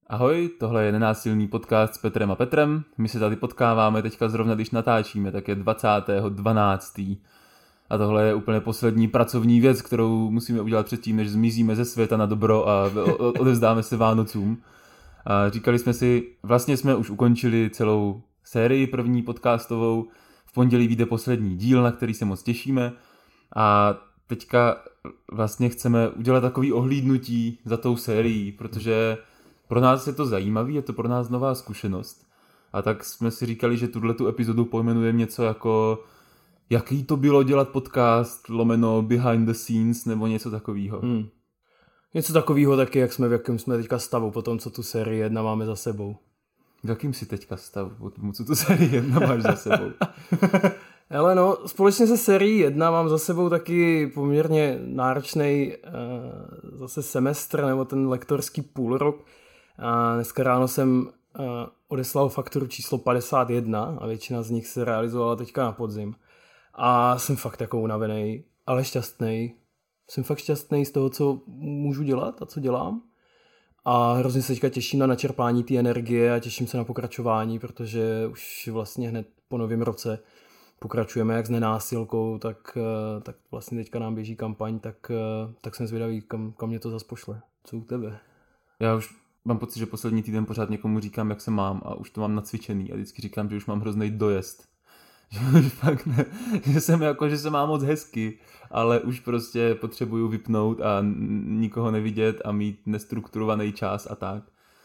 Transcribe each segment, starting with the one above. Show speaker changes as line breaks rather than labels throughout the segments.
Ahoj, tohle je Nenásilný podcast s Petrem a Petrem. My se tady potkáváme teďka zrovna, když natáčíme, tak je 20.12. A tohle je úplně poslední pracovní věc, kterou musíme udělat předtím, než zmizíme ze světa na dobro a odevzdáme se Vánocům. A říkali jsme si, vlastně jsme už ukončili celou sérii první podcastovou. V pondělí vyjde poslední díl, na který se moc těšíme. A teďka vlastně chceme udělat takový ohlídnutí za tou sérií, protože pro nás je to zajímavý, je to pro nás nová zkušenost. A tak jsme si říkali, že tu epizodu pojmenujeme něco jako jaký to bylo dělat podcast, lomeno behind the scenes nebo něco takového.
Něco takového taky, jak v jakém jsme teďka stavu po tom, co tu sérii 1 máme za sebou.
V jakým si teďka stavu po tom, co tu sérii 1 máš za sebou?
Ale no, společně se sérií 1 mám za sebou taky poměrně náročný zase semestr nebo ten lektorský půlrok. A dneska ráno jsem odeslal fakturu číslo 51 a většina z nich se realizovala teďka na podzim. A jsem fakt jako unavený, ale šťastný. Jsem fakt šťastný z toho, co můžu dělat a co dělám. A hrozně se teďka těším na načerpání té energie a těším se na pokračování, protože už vlastně hned po novém roce pokračujeme jak s Nenásilkou, tak vlastně teďka nám běží kampaň, tak jsem zvědavý, kam mě to zas pošle. Co u tebe?
Já už mám pocit, že poslední týden pořád někomu říkám, jak se mám a už to mám nacvičený a vždycky říkám, že už mám hrozný dojezd. Že fakt ne, že se mám moc hezky, ale už prostě potřebuju vypnout a nikoho nevidět a mít nestrukturovaný čas a tak.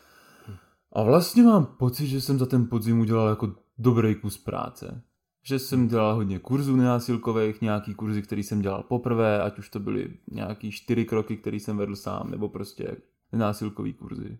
A vlastně mám pocit, že jsem za ten podzim udělal jako dobrý kus práce. Že jsem dělal hodně kurzů nenásilkových, nějaký kurzy, který jsem dělal poprvé, ať už to byly nějaký 4 kroky, který jsem vedl sám, nebo prostě nenásilkový kurzy.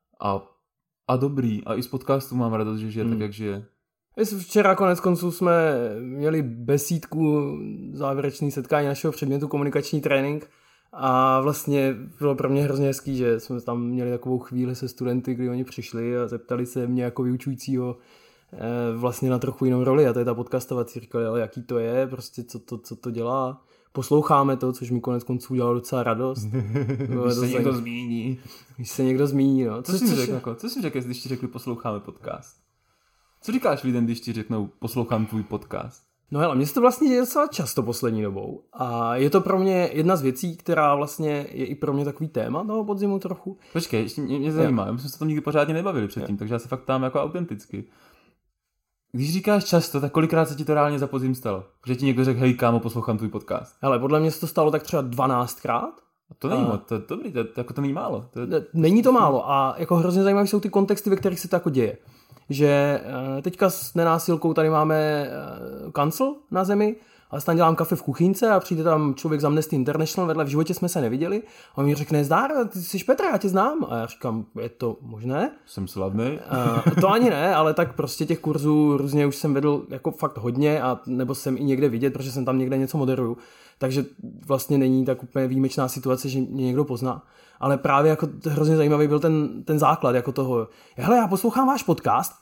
A dobrý. A i z podcastu mám radost, že žije tak, jak žije.
Včera konec konců jsme měli besídku, závěrečný setkání našeho předmětu komunikační trénink a vlastně bylo pro mě hrozně hezký, že jsme tam měli takovou chvíli se studenty, kdy oni přišli a zeptali se mě jako vyučujícího vlastně na trochu jinou roli a to je ta podcastovací, říkali, ale jaký to je, prostě co to dělá. Posloucháme to, což mi konec konců udělalo docela radost.
Když se někdo zmíní.
Když se někdo zmíní, no.
Co jsi řekl, když ti řekli posloucháme podcast? Co říkáš lidem, když ti řeknou poslouchám tvůj podcast?
No hele, mně se to vlastně děje docela často poslední dobou a je to pro mě jedna z věcí, která vlastně je i pro mě takový téma toho podzimu trochu.
Počkej, ještě mě zajímá, my jsme se o tom nikdy pořádně nebavili předtím, takže já se fakt ptám jako autenticky. Když říkáš často, tak kolikrát se ti to reálně za podzim stalo? Že ti někdo řekl, hej kámo, poslouchám tvůj podcast.
Hele, podle mě se to stalo tak třeba 12krát.
A to není moc, to je dobrý, to není málo.
Není to málo a jako hrozně zajímavé jsou ty kontexty, ve kterých se to jako děje. Že teďka s Nenásilkou tady máme kancel na zemi, ale tam dělám kafe v kuchynce a přijde tam člověk z Amnesty International, vedle v životě jsme se neviděli a on mi řekne, zdár, ty jsi Petr, já tě znám. A já říkám, je to možné?
Jsem slavný.
To ani ne, ale tak prostě těch kurzů různě už jsem vedl jako fakt hodně a nebo jsem i někde vidět, protože jsem tam někde něco moderuju. Takže vlastně není tak úplně výjimečná situace, že mě někdo pozná. Ale právě jako hrozně zajímavý byl ten základ jako toho. Hele, já poslouchám váš podcast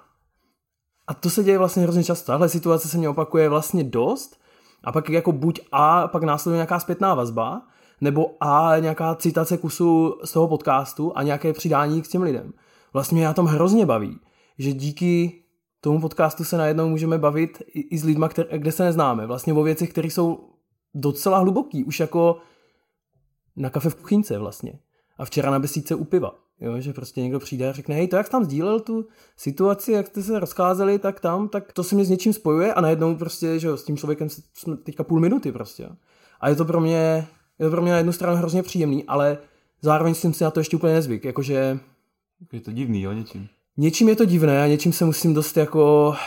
a to se děje vlastně hrozně často. Tahle situace se mě opakuje vlastně dost a pak jako buď a pak následuje nějaká zpětná vazba, nebo a nějaká citace kusu z toho podcastu a nějaké přidání k těm lidem. Vlastně mě na tom hrozně baví, že díky tomu podcastu se najednou můžeme bavit i s lidma, kde se neznáme. Vlastně o věcech, které jsou docela hluboký, už jako na kafe v kuchynce vlastně. A včera na besídce u piva. Jo, že prostě někdo přijde a řekne, hej, to jak jsi tam sdílel tu situaci, jak jste se rozcházeli, tak to se mě s něčím spojuje a najednou prostě, že jo, s tím člověkem jsme teďka půl minuty prostě. A je to pro mě na jednu stranu hrozně příjemný, ale zároveň jsem si na to ještě úplně nezvyk, jakože...
Je to divný, jo, něčím.
Něčím je to divné a něčím se musím dost jako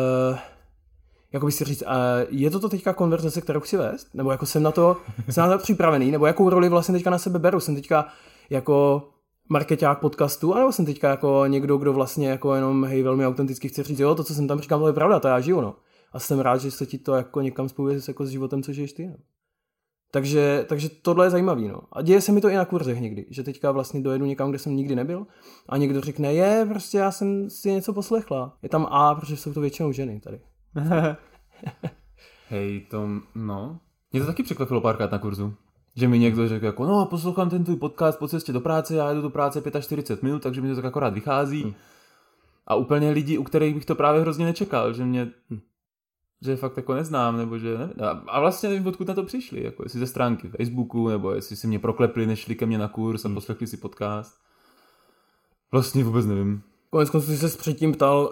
by si říct, je to teďka konverzace, kterou chci vést? Nebo jako jsem na to připravený? Nebo jakou roli vlastně teďka na sebe beru? Jsem teďka jako markeťák podcastu, anebo jsem teďka jako někdo, kdo vlastně jako jenom hej, velmi autenticky chce říct, jo, to, co jsem tam říkal, to je pravda, to já žiju, no. A jsem rád, že se ti to jako někam spojuje jako s životem, co žiješ ty, no. Takže tohle je zajímavý, no. A děje se mi to i na kurzech někdy, že teďka vlastně dojedu někam, kde jsem nikdy nebyl a někdo řekne, prostě já jsem si něco poslechla. Je tam protože jsou to většinou ženy tady.
Hej, no. Mě to taky překvapilo párkrát na kurzu. Že mi někdo řekl jako, no poslouchám ten tvůj podcast po cestě do práce, já jdu do práce 45 minut, takže mi to tak akorát vychází. A úplně lidi, u kterých bych to právě hrozně nečekal, že fakt jako neznám, nebo že ne. A vlastně nevím, odkud na to přišli, jako jestli ze stránky Facebooku, nebo jestli si mě proklepli, než šli ke mně na kurz a poslechli si podcast. Vlastně vůbec nevím.
Konec konců jsi se předtím ptal,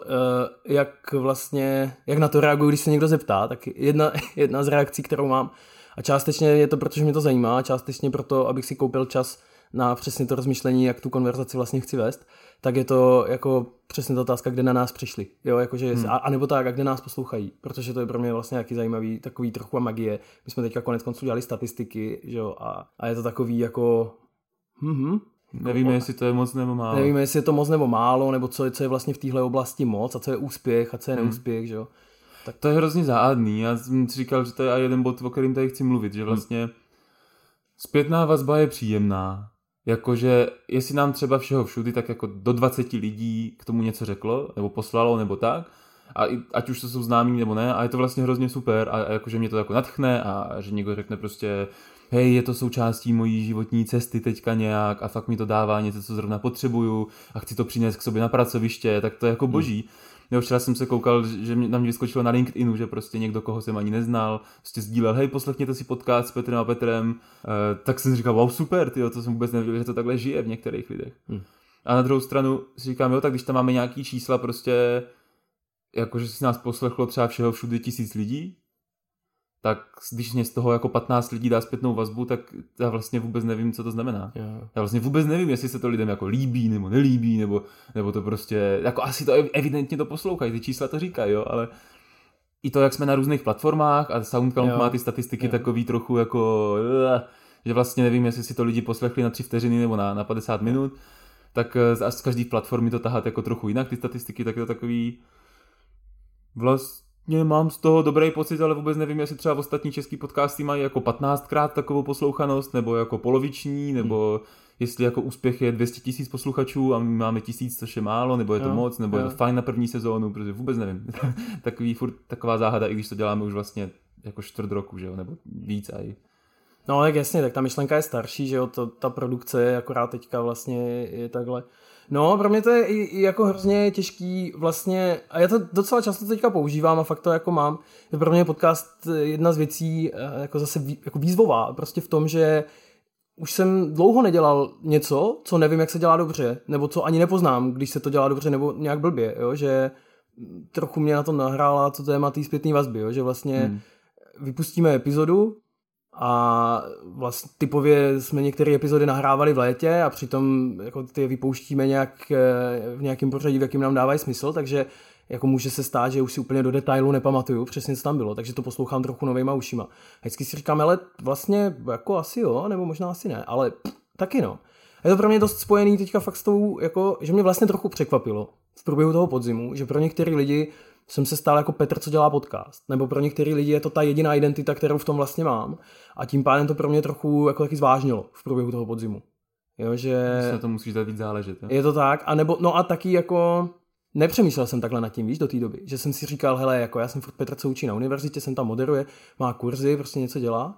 jak na to reaguju, když se někdo zeptá, tak jedna z reakcí, kterou mám, a částečně je to, protože mě to zajímá, částečně proto, abych si koupil čas na přesně to rozmyšlení, jak tu konverzaci vlastně chci vést, tak je to jako přesně ta otázka, kde na nás přišli, jo, jakože, a nebo tak, a kde nás poslouchají, protože to je pro mě vlastně nějaký zajímavý, takový trochu magie. My jsme teďka konec konců dělali statistiky, že jo, a je to takový jako
Nevíme, jestli to je moc nebo málo.
Nevíme, jestli je to moc nebo málo, nebo co je vlastně v téhle oblasti moc a co je úspěch a co je neúspěch, že jo.
Tak to je hrozně záhadný. Já jsem si říkal, že to je jeden bod, o kterém tady chci mluvit, že vlastně zpětná vazba je příjemná. Jakože jestli nám třeba všeho všudy, tak jako do 20 lidí k tomu něco řeklo, nebo poslalo, nebo tak, a ať už to jsou známí nebo ne, a je to vlastně hrozně super a jakože mě to jako nadchne a že někdo řekne prostě hej, je to součástí mojí životní cesty teďka nějak a fakt mi to dává něco, co zrovna potřebuju a chci to přinést k sobě na pracoviště, tak to je jako boží. Jo, včera jsem se koukal, že na mě vyskočilo na LinkedInu, že prostě někdo, koho jsem ani neznal, prostě sdílel, hej, poslechněte si podcast s Petrem a Petrem, tak jsem si říkal, wow, super, tyjo, to jsem vůbec nevěděl, že to takhle žije v některých lidech. A na druhou stranu si říkám, jo, tak když tam máme nějaký čísla prostě, jakože si nás poslechlo třeba všeho všude 1000 lidí, tak když mě z toho jako 15 lidí dá zpětnou vazbu, tak já vlastně vůbec nevím, co to znamená. Já vlastně vůbec nevím, jestli se to lidem jako líbí nebo nelíbí, nebo to prostě, jako asi to evidentně to poslouchají, ty čísla to říkají, jo, ale i to, jak jsme na různých platformách a SoundCloud má ty statistiky takový trochu jako, že vlastně nevím, jestli si to lidi poslechli na 3 vteřiny nebo na 50 minut, tak z každý platformy to tahat jako trochu jinak, ty statistiky, tak je to takový mám z toho dobrý pocit, ale vůbec nevím, jestli třeba ostatní český podcasty mají jako 15krát takovou poslouchanost, nebo jako poloviční, nebo jestli jako úspěch je 200 000 posluchačů a my máme 1000, což je málo, nebo je to moc, nebo je to fajn na první sezónu, protože vůbec nevím. Taková záhada, i když to děláme už vlastně jako 4 roku, že jo, nebo víc aj.
No tak jasně, tak ta myšlenka je starší, že jo, ta produkce je akorát teďka vlastně je takhle. No, pro mě to je i jako hrozně těžký vlastně, a já to docela často teďka používám a fakt to jako mám, je pro mě podcast jedna z věcí jako zase jako výzvová, prostě v tom, že už jsem dlouho nedělal něco, co nevím, jak se dělá dobře, nebo co ani nepoznám, když se to dělá dobře nebo nějak blbě, jo, že trochu mě na to nahrála to téma té zpětné vazby, jo, že vlastně vypustíme epizodu, a vlastně typově jsme některé epizody nahrávali v létě a přitom jako ty vypouštíme nějak v nějakém pořadí, v jakým nám dávají smysl, takže jako může se stát, že už si úplně do detailu nepamatuju přesně, co tam bylo, takže to poslouchám trochu novejma ušima. Vždycky si říkám, ale vlastně jako asi jo, nebo možná asi ne, ale taky no. Je to pro mě dost spojený teďka fakt s tou, jako, že mě vlastně trochu překvapilo v průběhu toho podzimu, že pro některý lidi jsem se stál jako Petr, co dělá podcast. Nebo pro některý lidi je to ta jediná identita, kterou v tom vlastně mám. A tím pádem to pro mě trochu jako taky zvážnilo v průběhu toho podzimu. Jo, že
na to musíš dát víc záležet. Jo?
Je to tak. A nebo, no a taky jako nepřemýšlel jsem takhle nad tím, víš, do té doby. Že jsem si říkal, hele, jako já jsem furt Petr, co učí na univerzitě, jsem tam moderuje, má kurzy, prostě něco dělá.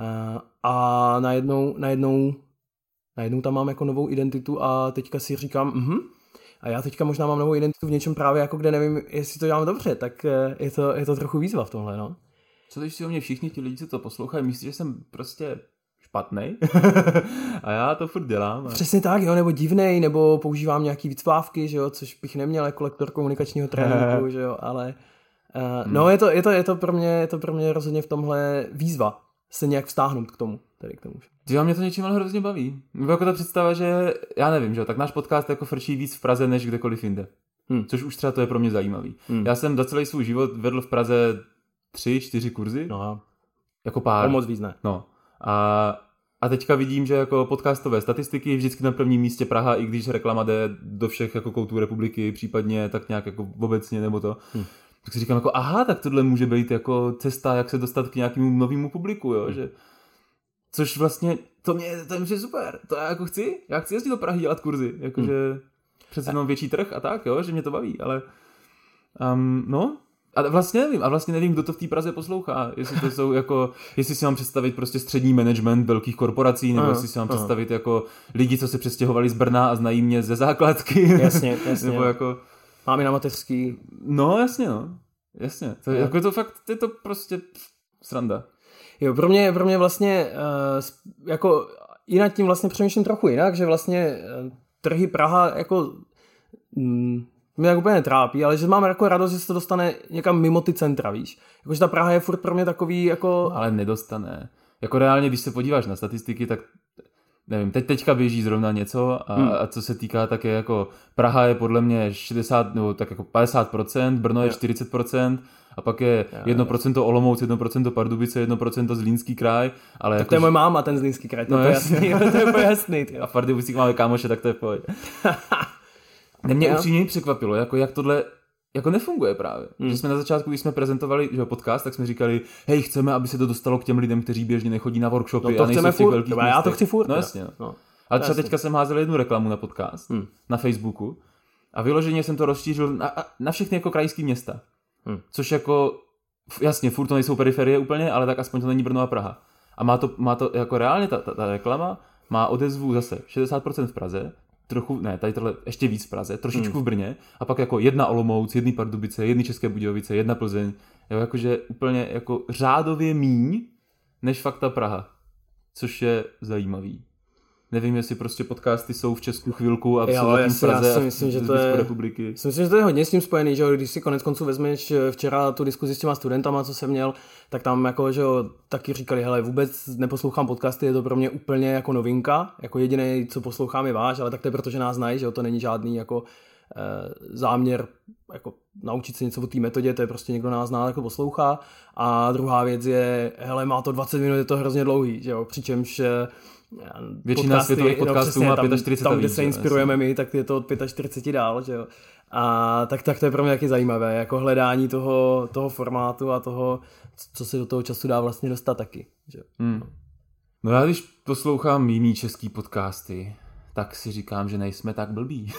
A najednou tam mám jako novou identitu a teďka si říkám, a já teďka možná mám novou identitu v něčem právě jako, kde nevím, jestli to dělám dobře, tak je to trochu výzva v tomhle, no.
Co když si o mě všichni ti lidi, co to poslouchají, myslí, že jsem prostě špatnej a já to furt dělám. A...
Přesně tak, jo, nebo divnej, nebo používám nějaký vycpávky, že jo, což bych neměl jako lektor komunikačního tréninku, že jo, ale no je to pro mě rozhodně v tomhle výzva se nějak vztáhnout k tomu.
Já mě to něčím ale hrozně baví. Jako ta představa, že já nevím, že tak náš podcast jako frčí víc v Praze než kdekoliv jinde. Což už třeba to je pro mě zajímavý. Já jsem za celý svůj život vedl v Praze 3-4 kurzy.
No.
Jako pár.
Moc víc ne.
No. A teďka vidím, že jako podcastové statistiky vždycky na prvním místě Praha, i když reklama jde do všech jako koutů republiky, případně tak nějak jako obecně nebo to. Tak si říkám jako aha, tak tohle může být jako cesta, jak se dostat k nějakému novému publiku, jo, že což vlastně, to je super, to já jako chci jezdit do Prahy dělat kurzy, jakože přece jenom větší trh a tak, jo, že mě to baví, ale no, A vlastně nevím, kdo to v té Praze poslouchá. Jestli to jsou jako, jestli si mám představit prostě střední management velkých korporací, nebo jestli si mám představit jako lidi, co se přestěhovali z Brna a znají mě ze základky.
Jasně.
Nebo jako...
Máme na mateřský.
No, jasně. To je, jako je to fakt, je to prostě sranda.
Jo, pro mě vlastně jako i nad tím vlastně přemýšlím trochu jinak, že vlastně trhy Praha jako mě tak úplně netrápí, ale že mám jako radost, že se to dostane někam mimo ty centra, víš. Jakože ta Praha je furt pro mě takový jako...
Ale nedostane. Jako reálně, když se podíváš na statistiky, tak nevím, teďka běží zrovna něco a co se týká také jako Praha je podle mě 60 nebo tak jako 50%, Brno je 40% a pak je 1% Olomouc, 1% Pardubice, 1% Zlínský kraj, ale
tak
jako,
to je moje máma, ten Zlínský kraj, to je jasný, to je jasný.
A v Pardubicích máme kámoše, tak to je v pohodě. Mě upřímně překvapilo, jako jak tohle jako nefunguje právě. Že jsme na začátku, když jsme prezentovali podcast, tak jsme říkali, hej, chceme, aby se to dostalo k těm lidem, kteří běžně nechodí na workshopy
to
a nejsou v těch velkých místech.
Já to chci furt.
No jasně. No. Ale třeba teďka jsem házel jednu reklamu na podcast na Facebooku a vyloženě jsem to rozšířil na všechny jako krajské města. Což jako, jasně, furt to nejsou periferie úplně, ale tak aspoň to není Brno a Praha. A má to jako reálně ta reklama má odezvu zase 60% v Praze, trochu, ne, tady tohle ještě víc v Praze, trošičku v Brně a pak jako 1 Olomouc, 1 Pardubice, 1 České Budějovice, 1 Plzeň, jo, jakože úplně jako řádově míň než fakt ta Praha, což je zajímavý. Nevím, jestli prostě podcasty jsou v Česku chvilku a jsou zatím v Praze a v zbytku republiky.
Myslím, že to je hodně s tím spojený, že když si konec konců vezmeš včera tu diskuzi s těma studentama, co jsem měl, tak tam jako, že taky říkali, hele, vůbec neposlouchám podcasty, je to pro mě úplně jako novinka, jako jediné, co poslouchám je váš, ale tak to je protože nás znají, že to není žádný jako záměr jako naučit se něco o té metodě, to je prostě někdo nás zná, jako poslouchá. A druhá věc je, hele, má to 20 minut, je to hrozně dlouhý, že jo, přičemž
většina světových podcastů má 45
tam, kde se inspirujeme my, tak je to od 45 dál, že jo. A tak to je pro mě taky zajímavé, jako hledání toho formátu a toho, co se do toho času dá vlastně dostat taky, že jo.
No já když poslouchám jiný český podcasty, tak si říkám, že nejsme tak blbí.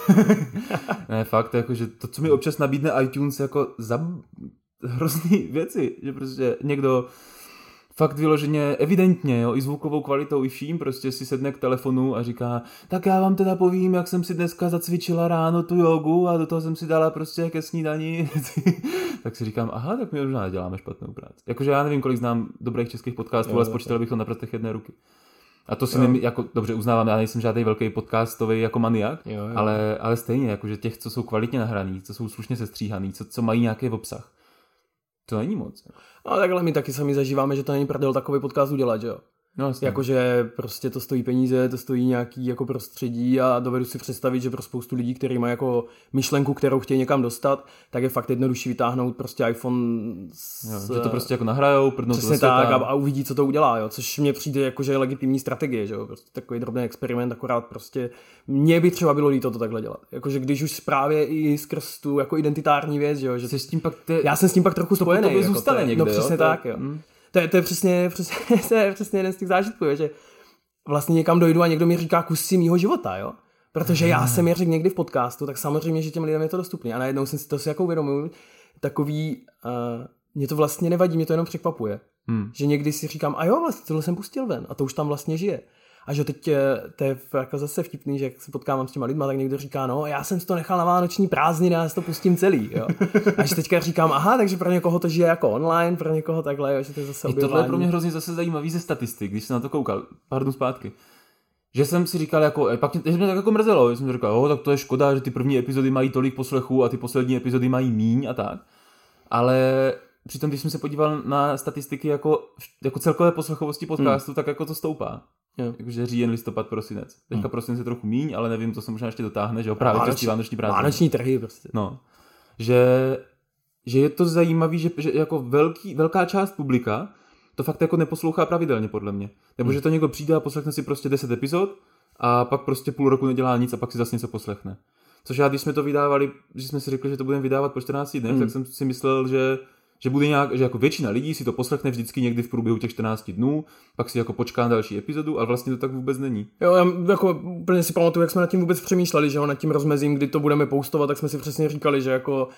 Ne, fakt, jako, že to, co mi občas nabídne iTunes jako za hrozný věci, že prostě někdo fakt vyloženě, evidentně, jo, i zvukovou kvalitou, i vším, prostě si sedne k telefonu a říká, tak já vám teda povím, jak jsem si dneska zacvičila ráno tu jogu a do toho jsem si dala prostě ke snídani. Tak si říkám, aha, tak my možná neděláme špatnou práci. Jakože já nevím, kolik znám dobrých českých podcastů, ale spočítal bych to na prstech jedné ruky. A to si jako dobře uznávám, já nejsem žádný velký podcastový jako maniak, ale stejně, jakože těch, co jsou kvalitně nahraný, co jsou slušně sestříhaný, co mají nějaký obsah. To není moc.
No takhle my taky sami zažíváme, že to není prdel takový podcast udělat, že jo?
No,
jakože prostě to stojí peníze, to stojí nějaký jako prostředí a dovedu si představit, že pro spoustu lidí, kteří mají jako myšlenku, kterou chtějí někam dostat, tak je fakt jednodušší vytáhnout prostě iPhone
že to prostě jako nahrajou, prdnou to do světa.
Tak a uvidí, co to udělá, jo? Což mně přijde jako, že je legitimní strategie, že jo? Prostě takový drobný experiment, akorát prostě mně by třeba bylo líto to takhle dělat. Jakože když už právě i skrz tu jako identitární věc, že jo? Že
s tím pak
já jsem s tím pak trochu spojený.
To by zůstane jako někde,
no přesně tak, jo. To je přesně jeden z těch zážitků, že vlastně někam dojdu a někdo mi říká kusy mýho života, jo? Protože já jsem je řekl někdy v podcastu, tak samozřejmě, že těm lidem je to dostupné. A najednou jsem si to jako uvědomil, takový, mě to vlastně nevadí, mě to jenom překvapuje. Že někdy si říkám, a jo, vlastně tohle jsem pustil ven a to už tam vlastně žije. A že teď to je jako zase vtipný, že jak se potkávám s těma lidma, tak někdo říká, no já jsem si to nechal na vánoční prázdniny, já si to pustím celý, jo. A že teďka říkám, aha, takže pro někoho to žije jako online, pro někoho takhle, jo, že to je zase objevání.
Tohle je pro mě hrozně zase zajímavý ze statistik, když jsem na to koukal, pár dnů zpátky. Že jsem si říkal, jako, pak mě tak jako mrzelo, že jsem si říkal, tak to je škoda, že ty první epizody mají tolik poslechů a ty poslední epizody mají míň a tak. Ale přitom, když jsem se podíval na statistiky jako celkové poslechovosti podcastu, tak jako to stoupá. Jakože říjen, listopad, prosinec. Teďka prosinec je trochu míň, ale nevím, to se možná ještě dotáhne, že jo, právě přes vánoční prázdniny.
Vánoční trhy prostě.
No. Že je to zajímavý, že jako velká část publika to fakt jako neposlouchá pravidelně, podle mě. Nebo že to někdo přijde a poslechne si prostě 10 epizod a pak prostě půl roku nedělá nic a pak si zase něco poslechne. Což já, když jsme to vydávali, že jsme si řekli, že to budeme vydávat po 14 dnech, tak jsem si myslel, že bude nějak, že jako většina lidí si to poslechne vždycky někdy v průběhu těch 14 dnů, pak si jako počká na další epizodu, ale vlastně to tak vůbec není.
Jo, já jako úplně si pamatuju, jak jsme nad tím vůbec přemýšleli, že jo, nad tím rozmezím, kdy to budeme postovat, tak jsme si přesně říkali, že jako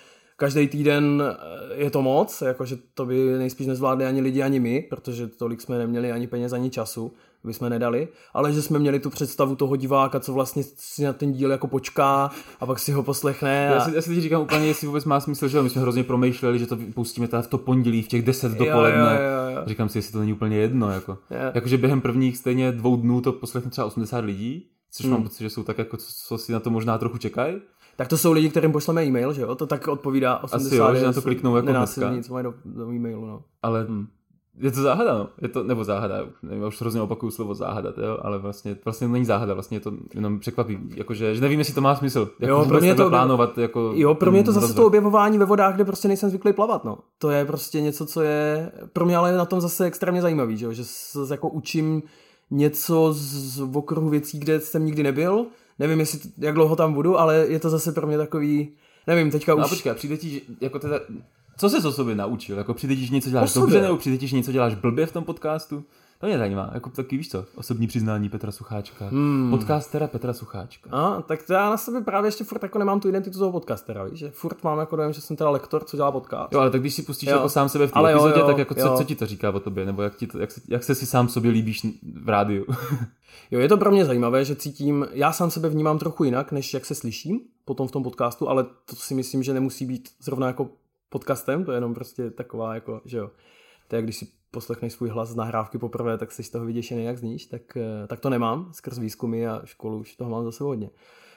každý týden je to moc, jakože to by nejspíš nezvládli ani lidi, ani my, protože tolik jsme neměli ani peněz, ani času, by jsme nedali, ale že jsme měli tu představu toho diváka, co vlastně si na ten díl jako počká a pak si ho poslechne.
Já si teď říkám úplně, jestli vůbec má smysl, že my jsme hrozně promýšleli, že to pustíme teda v to pondělí v těch 10 dopoledne. Jo. Říkám si, jestli to není úplně jedno. Jakože během prvních stejně 2 dnů to poslechne třeba 80 lidí, což mám pocit, že jsou tak jako, co si na to možná trochu čekají.
Tak to jsou lidi, kterým pošleme e-mail, že jo? To tak odpovídá 80.
Asi jo, že na to kliknou jako dneska.
Nic mají do e-mailu, no.
Ale je to záhada, no. Je to, nebo záhada, já už hrozně opakuju slovo záhada, jo? Ale vlastně není záhada, vlastně je to jenom překvapivý. Jakože, že nevím, jestli to má smysl.
Jo, pro mě to
plánovat jako...
Jo, pro mě to zase to objevování ve vodách, kde prostě nejsem zvyklý plavat, no. To je prostě něco, co je pro mě ale na tom zase extrémně zajímavý, že se jako učím něco z okruhu věcí, kde jsem nikdy nebyl. Nevím, jak dlouho tam budu, ale je to zase pro mě takový, nevím, teďka už...
No a počkej, přijde ti, jako teda, co ses o sobě naučil? Jako přijde ti, že něco děláš dobře, nebo přijde ti, že něco děláš blbě v tom podcastu? To mě zajímá, jako taky víš co, osobní přiznání Petra Sucháčka, podcastera Petra Sucháčka.
Tak to já na sebe právě ještě furt jako nemám tu identitu toho podcastera, víš, že furt mám jako dojem, že jsem teda lektor, co dělá podcast.
Jo, ale tak když si pustíš jako sám sebe v té epizodě, tak jako co ti to říká o tobě, nebo jak se si sám sobě líbíš v rádiu?
Jo, je to pro mě zajímavé, že cítím, já sám sebe vnímám trochu jinak, než jak se slyším potom v tom podcastu, ale to si myslím, že nemusí být zrovna jako podcastem, to je jenom prostě taková jako, že jo. To je, když si poslechneš svůj hlas z nahrávky poprvé, tak jsi z toho vyděšený, jak zníš, tak to nemám, skrz výzkumy a školu už toho mám zase hodně.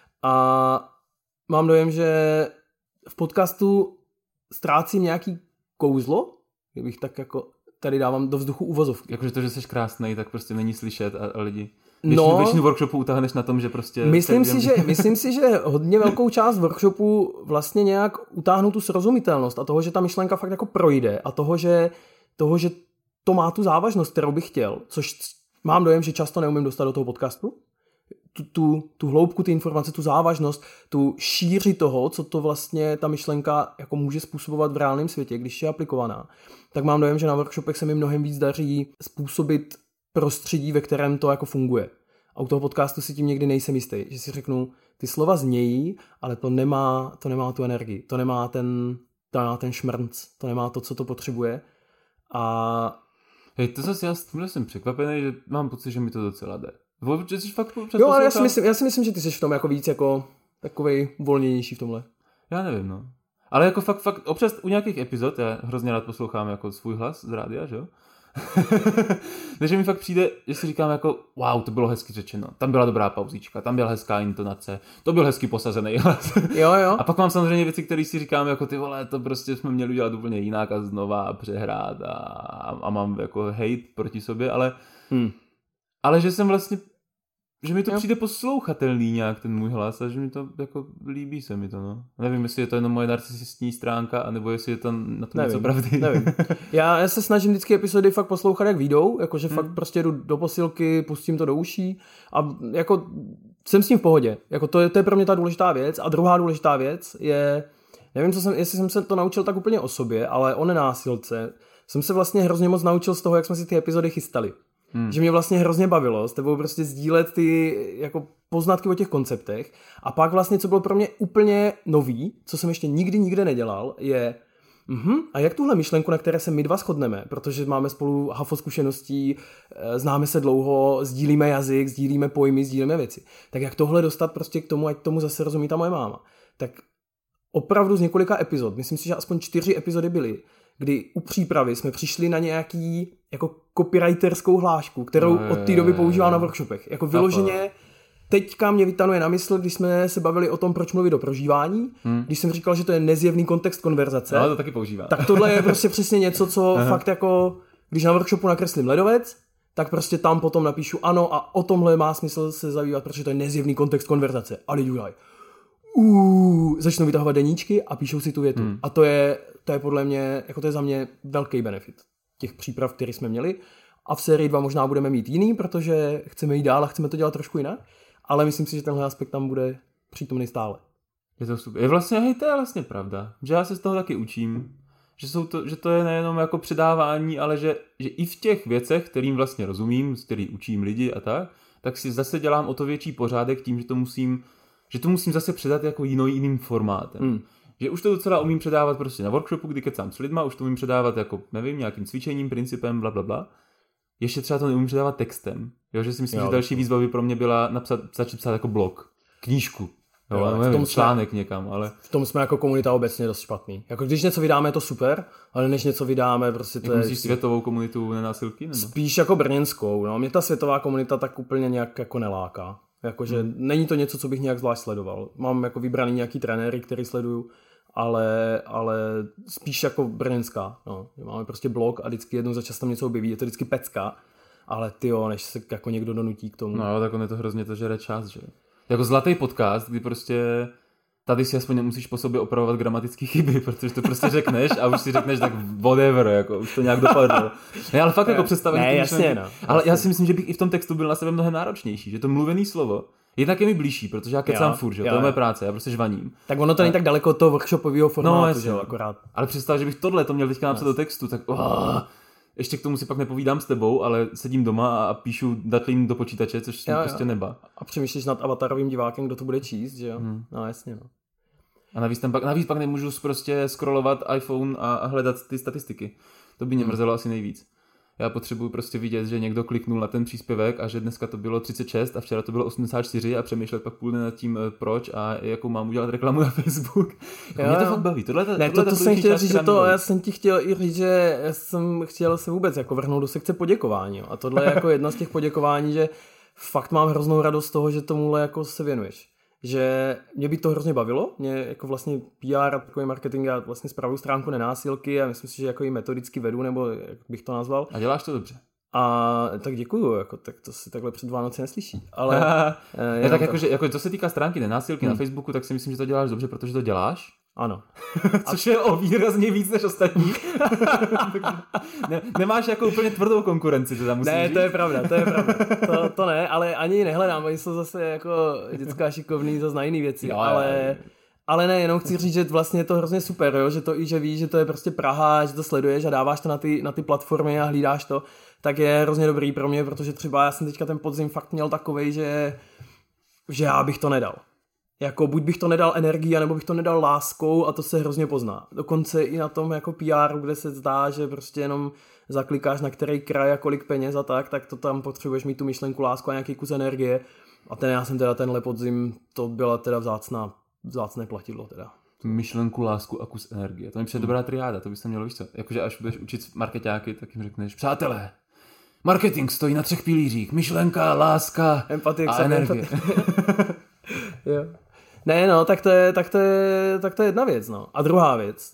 A mám dojem, že v podcastu ztrácím nějaký kouzlo, kdybych tak jako tady dávám do vzduchu uvozovky.
Jakože to, že jsi krásnej, tak prostě není slyšet a lidi... Většinu workshopu utáhneš na tom, že prostě...
Myslím si, že hodně velkou část workshopu vlastně nějak utáhnu tu srozumitelnost a toho, že ta myšlenka fakt jako projde a toho, že to má tu závažnost, kterou bych chtěl, což mám dojem, že často neumím dostat do toho podcastu. Tu hloubku, ty informace, tu závažnost, tu šíři toho, co to vlastně ta myšlenka jako může způsobovat v reálném světě, když je aplikovaná. Tak mám dojem, že na workshopech se mi mnohem víc daří způsobit prostředí, ve kterém to jako funguje. A u toho podcastu si tím někdy nejsem jistý, že si řeknu, ty slova znějí, ale to nemá tu energii, to nemá ten šmrnc, to nemá to, co to potřebuje. A...
Hej, to zase já jsem překvapený, že mám pocit, že mi to docela jde.
Jo, ale já si myslím, že ty jsi v tom jako víc jako takovej volnější v tomhle.
Já nevím, no. Ale jako fakt občas u nějakých epizod, já hrozně rád poslouchám jako svůj hlas z rádia, že jo? Takže mi fakt přijde, že si říkám jako wow, to bylo hezky řečeno, tam byla dobrá pauzička, tam byla hezká intonace, to byl hezky posazený hlas.
Jo.
A pak mám samozřejmě věci, které si říkám jako ty vole, to prostě jsme měli udělat úplně jinak a znova a přehrát a mám jako hate proti sobě, ale že jsem vlastně, že mi to přijde poslouchatelný nějak ten můj hlas a že mi to jako líbí se mi to, no. Nevím, jestli je to jenom moje narcisistní stránka, anebo jestli je to na tom něco pravdy.
Nevím. Já se snažím vždycky epizody fakt poslouchat, jak vyjdou, jakože fakt prostě jdu do posilky, pustím to do uší a jako jsem s tím v pohodě. Jako to je pro mě ta důležitá věc. A druhá důležitá věc je, nevím, jestli jsem se to naučil tak úplně o sobě, ale o nenásilce jsem se vlastně hrozně moc naučil z toho, jak jsme si ty epizody chystali. Že mě vlastně hrozně bavilo s tebou prostě sdílet ty jako poznatky o těch konceptech a pak vlastně, co bylo pro mě úplně nový, co jsem ještě nikde nedělal, je a jak tuhle myšlenku, na které se my dva shodneme, protože máme spolu hafo zkušeností, známe se dlouho, sdílíme jazyk, sdílíme pojmy, sdílíme věci, tak jak tohle dostat prostě k tomu, ať tomu zase rozumí ta moje máma. Tak opravdu z několika epizod, myslím si, že aspoň 4 epizody byly, kdy u přípravy jsme přišli na nějaký jako copywriterskou hlášku, kterou od té doby používám na workshopech. Jako vyloženě teďka mě vytanuje na mysl, když jsme se bavili o tom, proč mluvit o prožívání, když jsem říkal, že to je nezjevný kontext konverzace.
No, to taky používám.
Tak tohle je prostě přesně něco, co fakt jako, když na workshopu nakreslím ledovec, tak prostě tam potom napíšu ano a o tomhle má smysl se zabývat, protože to je nezjevný kontext konverzace. A lidi udělají. Začnou vytahovat deníčky a píšou si tu větu. A to je podle mě, jako to je za mě velký benefit těch příprav, které jsme měli. A v sérii 2 možná budeme mít jiný, protože chceme jít dál a chceme to dělat trošku jinak. Ale myslím si, že tenhle aspekt tam bude přítomný stále.
Je to super. To je vlastně pravda. Že já se z toho taky učím. Že to je nejenom jako předávání, ale že i v těch věcech, kterým vlastně rozumím, z kterých učím lidi a tak si zase dělám o to větší pořádek tím, že to musím zase předat jako jiným formátem. Že už to docela umím předávat prostě na workshopu, kdy kecám s lidma, už to umím předávat jako, nevím, nějakým cvičením, principem, blablabla. Ještě třeba to neumím předávat textem. Jo, že si myslím, že další výzva by pro mě byla začít psát jako blog, knížku. Jo, nevím, článek někam, ale...
V tom jsme jako komunita obecně dost špatný. Jako když něco vydáme, je to super, ale než něco vydáme, prostě to
je... Myslíš světovou komunitu nenásilky? Nebo?
Spíš jako brněnskou, no. Mě ta světová komunita tak úplně nějak jako neláká. Jakože není to něco, co bych nějak zvlášť sledoval. Mám jako vybraný nějaký trenéry, který sleduju, ale spíš jako brněnská. No. Máme prostě blog a vždycky jednou za čas tam něco objeví, je to vždycky pecka, ale tyjo, než se jako někdo donutí k tomu.
No jo, tak on je to hrozně to žere čas, že? Jako zlatý podcast, kdy prostě tady si aspoň nemusíš po sobě opravovat gramatické chyby, protože to prostě řekneš a už si řekneš tak whatever, jako už to nějak dopadlo. Ne, ale fakt jako představení.
Ne, jasně, no.
Ale já si myslím, že bych i v tom textu byl na sebe mnohem náročnější, že to mluvený slovo jednak je mi blížší, protože já kecám furt, že to je moje práce, já prostě žvaním.
Tak ono to není tak daleko od toho workshopového formátu, že jo, akorát.
Ale představ, že bych tohle to měl teďka napsat do textu, tak ještě k tomu si pak nepovídám s tebou, ale sedím doma a píšu datlím do počítače, což je prostě neba.
A přemýšlíš nad avatarovým divákem, kdo to bude číst, že jo? No jasně, no.
A navíc pak nemůžu prostě scrollovat iPhone a hledat ty statistiky. To by mě mrzelo asi nejvíc. Já potřebuji prostě vidět, že někdo kliknul na ten příspěvek a že dneska to bylo 36 a včera to bylo 84 a přemýšlet pak půl dne nad tím proč a jakou mám udělat reklamu na Facebook. Mě to fakt baví.
To jsem chtěl říct, že já jsem ti chtěl i říct, že jsem chtěl se vůbec jako vrhnout do sekce poděkování. A tohle je jako jedna z těch poděkování, že fakt mám hroznou radost z toho, že tomuhle jako se věnuješ. Že mě by to hrozně bavilo, mě jako vlastně PR, takový marketing, já vlastně spravuju stránku Nenásilky a myslím si, že jako ji metodicky vedu, nebo jak bych to nazval.
A děláš to dobře.
A tak děkuju, jako, tak to si takhle před Vánoci neslyší. Ale
tak jako co se týká stránky Nenásilky na Facebooku, tak si myslím, že to děláš dobře, protože to děláš.
Ano.
Což je o výrazně víc než ostatní. Nemáš jako úplně tvrdou konkurenci, teda musím říct.
To je pravda. To ne, ale ani nehledám, oni jsou zase jako dětská šikovný zase na jiný věci, ale ne, jenom chci říct, že vlastně je to hrozně super, jo? Že to i, že víš, že to je prostě Praha, že to sleduješ a dáváš to na ty platformy a hlídáš to, tak je hrozně dobrý pro mě, protože třeba já jsem teďka ten podzim fakt měl takovej, že já bych to nedal. Jako buď bych to nedal energií, anebo bych to nedal láskou a to se hrozně pozná. Dokonce i na tom jako PR, kde se zdá, že prostě jenom zaklikáš na který kraj a kolik peněz a tak to tam potřebuješ mít tu myšlenku, lásku a nějaký kus energie. A já jsem teda tenhle podzim, to byla teda vzácné platidlo teda.
Myšlenku, lásku a kus energie. To mi přijde dobrá triáda, to bys tam mělo, víš co. Jakože až budeš učit markeťáky, tak jim řekneš, přátelé, marketing stojí na 3 pilířích. Myšlenka, láska
empatie
a energie.
Jo. Ne, no, tak to je jedna věc, no. A druhá věc.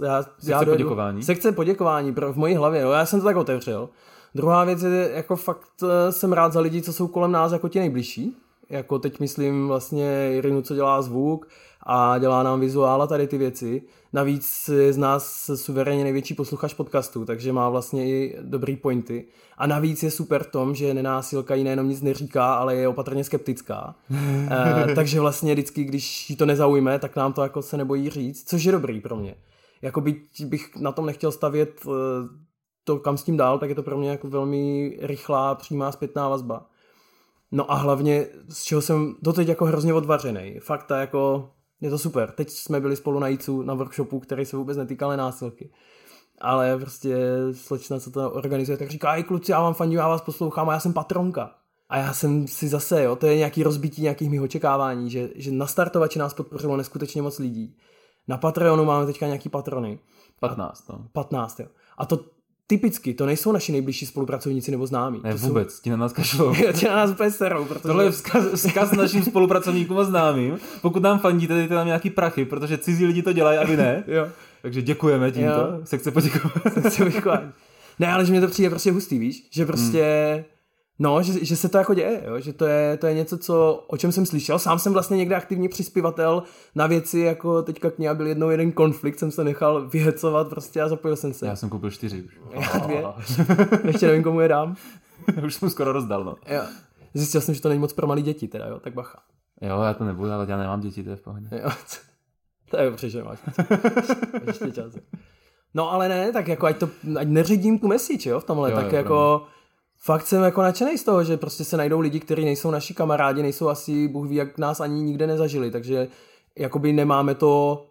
Sekce poděkování v mojí hlavě, no, já jsem to tak otevřel. Druhá věc je, jako fakt jsem rád za lidi, co jsou kolem nás jako ti nejbližší. Jako teď myslím vlastně Irinu, co dělá zvuk a dělá nám vizuál a tady ty věci. Navíc je z nás suverénně největší posluchač podcastu, takže má vlastně i dobrý pointy. A navíc je super v tom, že Nenásilka jí nejenom nic neříká, ale je opatrně skeptická. Takže vlastně vždycky, když jí to nezaujme, tak nám to jako se nebojí říct, což je dobrý pro mě. Jako bych na tom nechtěl stavět to, kam s tím dál, tak je to pro mě jako velmi rychlá, přímá zpětná vazba. No a hlavně, z čeho jsem doteď jako hrozně odvařenej. Fakt jako, je to super. Teď jsme byli spolu na Jícu na workshopu, který se vůbec netýkal Nenásilky. Ale prostě slečna, co to organizuje, tak říká, aj kluci, já vám fandím, já vás poslouchám a já jsem patronka. A já jsem si zase, to je nějaký rozbití nějakých mých očekávání, že na startovači nás podpořilo neskutečně moc lidí. Na Patreonu máme teďka nějaký patrony.
15, no.
15, jo. A to typicky, to nejsou naši nejbližší spolupracovníci nebo známí.
Ne, vůbec, ti na nás kašlou.
Ti na nás úplně serou, protože...
Tohle je vzkaz našim spolupracovníkům a známým. Pokud nám fandíte, dejte nám nějaký prachy, protože cizí lidi to dělají a vy ne.
Jo.
Takže děkujeme tímto. Sekce
poděkování. Ne, ale že mě to přijde prostě hustý, víš? Že prostě... No, že se to jako děje, jo? Že to je něco, o čem jsem slyšel. Sám jsem vlastně někde aktivní přispěvatel na věci, jako teďka k ní byl jednou jeden konflikt, jsem se nechal vyhecovat prostě a zapojil jsem se.
Já jsem koupil 4 už.
Já 2. Ještě nevím, komu je dám.
Už jsem skoro rozdal, no.
Jo. Zjistil jsem, že to není moc pro malý děti, teda, jo, tak bacha.
Jo, já to nebudu, ale já nemám děti, to je v pohodě.
Jo, to je dobře, že máš. Ještě čas. No ale ne, tak jako ať neřídím tu message, jo, v tomhle, jo, tak jako... Fakt jsem jako nadšenej z toho, že prostě se najdou lidi, kteří nejsou naši kamarádi, nejsou asi, Bůh ví, jak nás ani nikde nezažili, takže jakoby nemáme to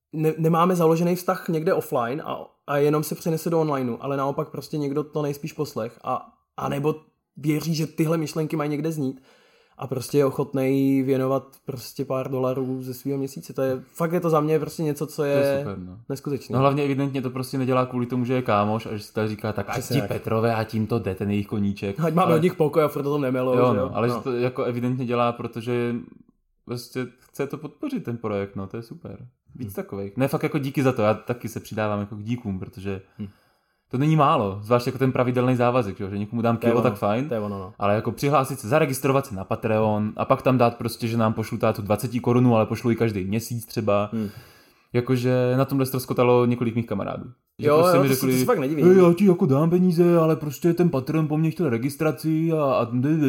nemáme založený vztah někde offline a jenom se přenese do onlineu, ale naopak prostě někdo to nejspíš poslech a nebo věří, že tyhle myšlenky mají někde znít a prostě je ochotnej věnovat prostě pár dolarů ze svého měsíce. Fakt je to za mě prostě něco, co je
super,
neskutečné.
No hlavně evidentně to prostě nedělá kvůli tomu, že je kámoš a že si tady říká, tak ať ti Petrové a tím to jde, ten jejich koníček.
Ať máme od nich pokoj a furt to nemelou.
Jo, no, ale že to jako evidentně dělá, protože prostě chce to podpořit ten projekt, no to je super. Víc takových. Ne, fakt jako díky za to, já taky se přidávám jako k díkům, protože to není málo, zvlášť jako ten pravidelný závazek, že někomu dám kilo, tak fajn,
no.
Ale jako přihlásit se, zaregistrovat se na Patreon a pak tam dát prostě, že nám pošlu tu 20 korun, ale pošlu i každý měsíc třeba. Jakože na tomhle ztroskotalo několik mých kamarádů. Že
jo,
prostě
jo,
mi řekli,
to si fakt nedivím.
Já ti jako dám peníze, ale prostě ten Patreon po mně chtěl registraci a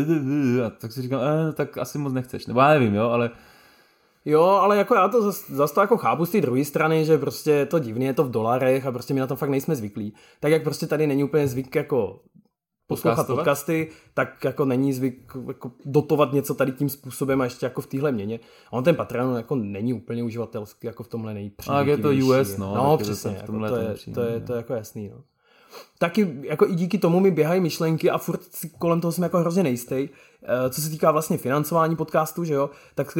tak si říkám, tak asi moc nechceš, nebo já nevím, jo, ale...
Jo, ale jako já to zase to jako chápu z té druhé strany, že prostě je to divný, je to v dolarech a prostě my na tom fakt nejsme zvyklí. Tak jak prostě tady není úplně zvyk jako poslouchat podcasty, tak jako není zvyk jako dotovat něco tady tím způsobem a ještě jako v téhle měně. A on ten Patreon jako není úplně uživatelský, jako v tomhle nejpřívětivější.
A je to US, no.
No přesně, jako to je jako jasný, no. Taky jako i díky tomu mi běhají myšlenky a furt kolem toho jsem jako hrozně nejistý. Co se týká vlastně financování podcastu, že jo, tak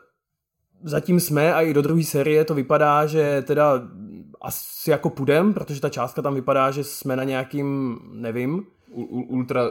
zatím jsme a i do druhé série to vypadá, že teda asi jako půjdem, protože ta částka tam vypadá, že jsme na nějakým, nevím,
ultra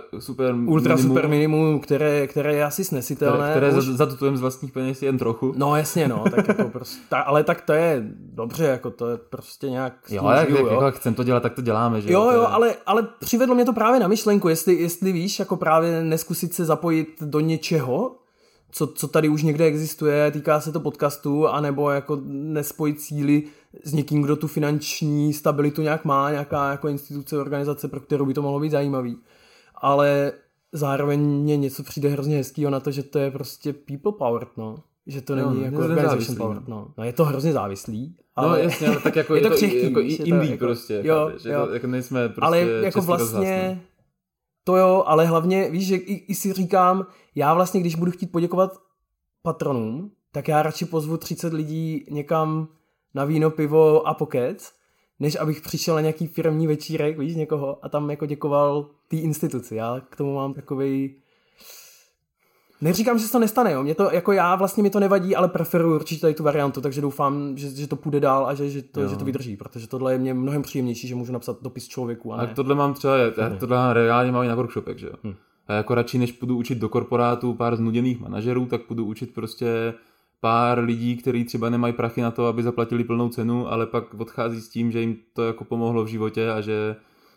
super
minimum, které je asi snesitelné.
Které zatutujeme z vlastních peněz jen trochu.
No jasně, no, tak jako prostě, ale tak to je dobře, jako to je prostě nějak...
Jo, jak chcem to dělat, tak to děláme, že?
Jo, ale přivedlo mě to právě na myšlenku, jestli víš, jako právě neskusit se zapojit do něčeho, co tady už někde existuje, týká se to podcastu, anebo jako nespojit síly s někým, kdo tu finanční stabilitu nějak má, nějaká jako instituce, organizace, pro kterou by to mohlo být zajímavý. Ale zároveň mě něco přijde hrozně hezkýho na to, že to je prostě people powered, no. Že to není jako organization powered, no. No je to hrozně závislý. Ale...
No jasně, ale tak jako je to křehký, jako indie
jako,
prostě.
Jo,
že to, jako nejsme prostě
ale jako vlastně to jo, ale hlavně víš, že i si říkám, já vlastně, když budu chtít poděkovat patronům, tak já radši pozvu 30 lidí někam na víno, pivo a pokec, než abych přišel na nějaký firmní večírek, víš, někoho a tam jako děkoval té instituci. Já k tomu mám takovej... Neříkám, že se to nestane, jo. Mě to, jako já vlastně mi to nevadí, ale preferuji určitě tady tu variantu, takže doufám, že to půjde dál a že to vydrží, protože tohle je mě mnohem příjemnější, že můžu napsat dopis člověku. A
tohle mám třeba, tohle reálně mám i na workshopech, že jo. A jako radši, než půjdu učit do korporátu pár znuděných manažerů, tak půjdu učit prostě pár lidí, kteří třeba nemají prachy na to, aby zaplatili plnou cenu, ale pak odchází s tím, že jim to jako pomohlo v životě a že